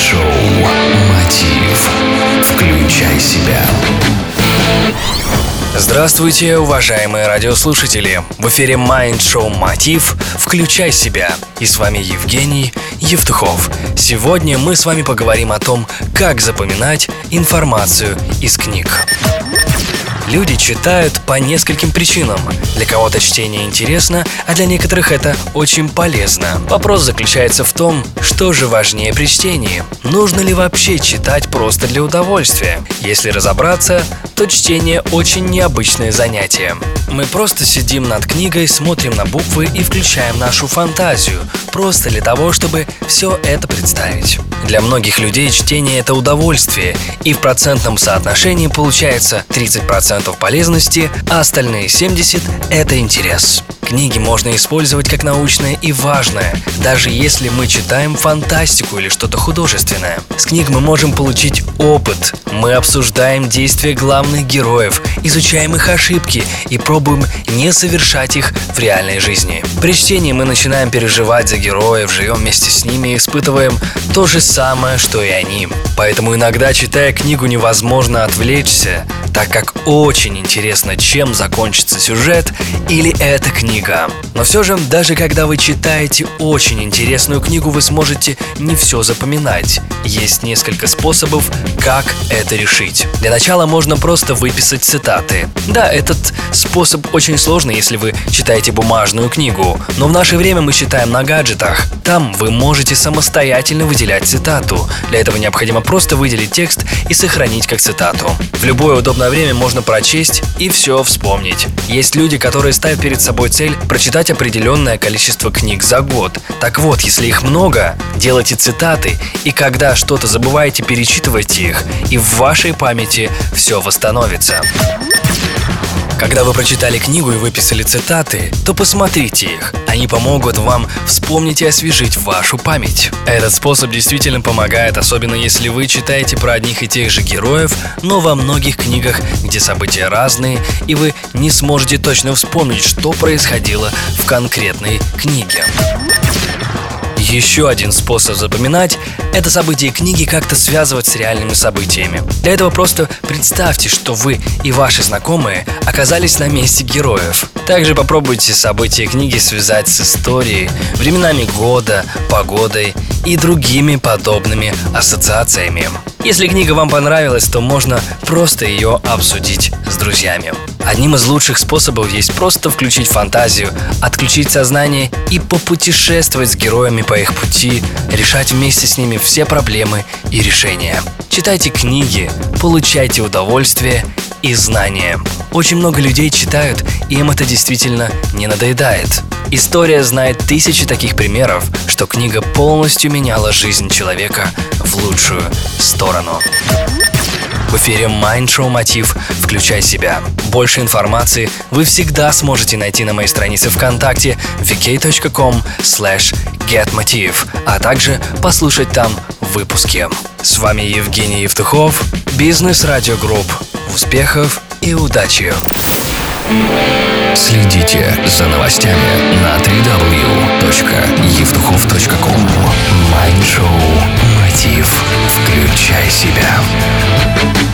Майнд-шоу «Мотив». Включай себя. Здравствуйте, уважаемые радиослушатели! В эфире Майнд-шоу «Мотив. Включай себя». И с вами Евгений Евтухов. Сегодня мы с вами поговорим о том, как запоминать информацию из книг. Люди читают по нескольким причинам. Для кого-то чтение интересно, а для некоторых это очень полезно. Вопрос заключается в том, что же важнее при чтении. Нужно ли вообще читать просто для удовольствия? Если разобраться, то чтение очень необычное занятие. Мы просто сидим над книгой, смотрим на буквы и включаем нашу фантазию, просто для того, чтобы все это представить. Для многих людей чтение – это удовольствие, и в процентном соотношении получается 30% полезности, а остальные 70% – это интерес. Книги можно использовать как научное и важное, даже если мы читаем фантастику или что-то художественное. С книг мы можем получить опыт. Мы обсуждаем действия главных героев, изучаем их ошибки и пробуем не совершать их в реальной жизни. При чтении мы начинаем переживать за героев, живем вместе с ними и испытываем то же самое, что и они. Поэтому иногда, читая книгу, невозможно отвлечься, так как очень интересно, чем закончится сюжет или эта книга. Но все же, даже когда вы читаете очень интересную книгу, вы сможете не все запоминать. Есть несколько способов, как это решить. Для начала можно просто выписать цитаты. Да, этот способ очень сложный, если вы читаете бумажную книгу, но в наше время мы читаем на гаджетах. Там вы можете самостоятельно выделять цитату. Для этого необходимо просто выделить текст и сохранить как цитату. В любое удобное время можно прочесть и все вспомнить. Есть люди, которые ставят перед собой цель прочитать определенное количество книг за год. Так вот, если их много, делайте цитаты, и когда что-то забываете, перечитывайте их, и в вашей памяти все восстановится. Когда вы прочитали книгу и выписали цитаты, то посмотрите их. Они помогут вам вспомнить и освежить вашу память. Этот способ действительно помогает, особенно если вы читаете про одних и тех же героев, но во многих книгах, где события разные, и вы не сможете точно вспомнить, что происходило в конкретной книге. Еще один способ запоминать – это события книги как-то связывать с реальными событиями. Для этого просто представьте, что вы и ваши знакомые оказались на месте героев. Также попробуйте события книги связать с историей, временами года, погодой и другими подобными ассоциациями. Если книга вам понравилась, то можно просто ее обсудить с друзьями. Одним из лучших способов есть просто включить фантазию, отключить сознание и попутешествовать с героями по их пути, решать вместе с ними все проблемы и решения. Читайте книги, получайте удовольствие и знания. Очень много людей читают, и им это действительно не надоедает. История знает тысячи таких примеров, что книга полностью меняла жизнь человека в лучшую сторону. В эфире Майнд-шоу «Мотив. Включай себя». Больше информации вы всегда сможете найти на моей странице ВКонтакте vk.com/getmotiv, а также послушать там выпуски. С вами Евгений Евтухов, Бизнес Радио Групп. Успехов и удачи! Следите за новостями на www.evtuchov.com. Майнд-шоу «Мотив. Включай себя».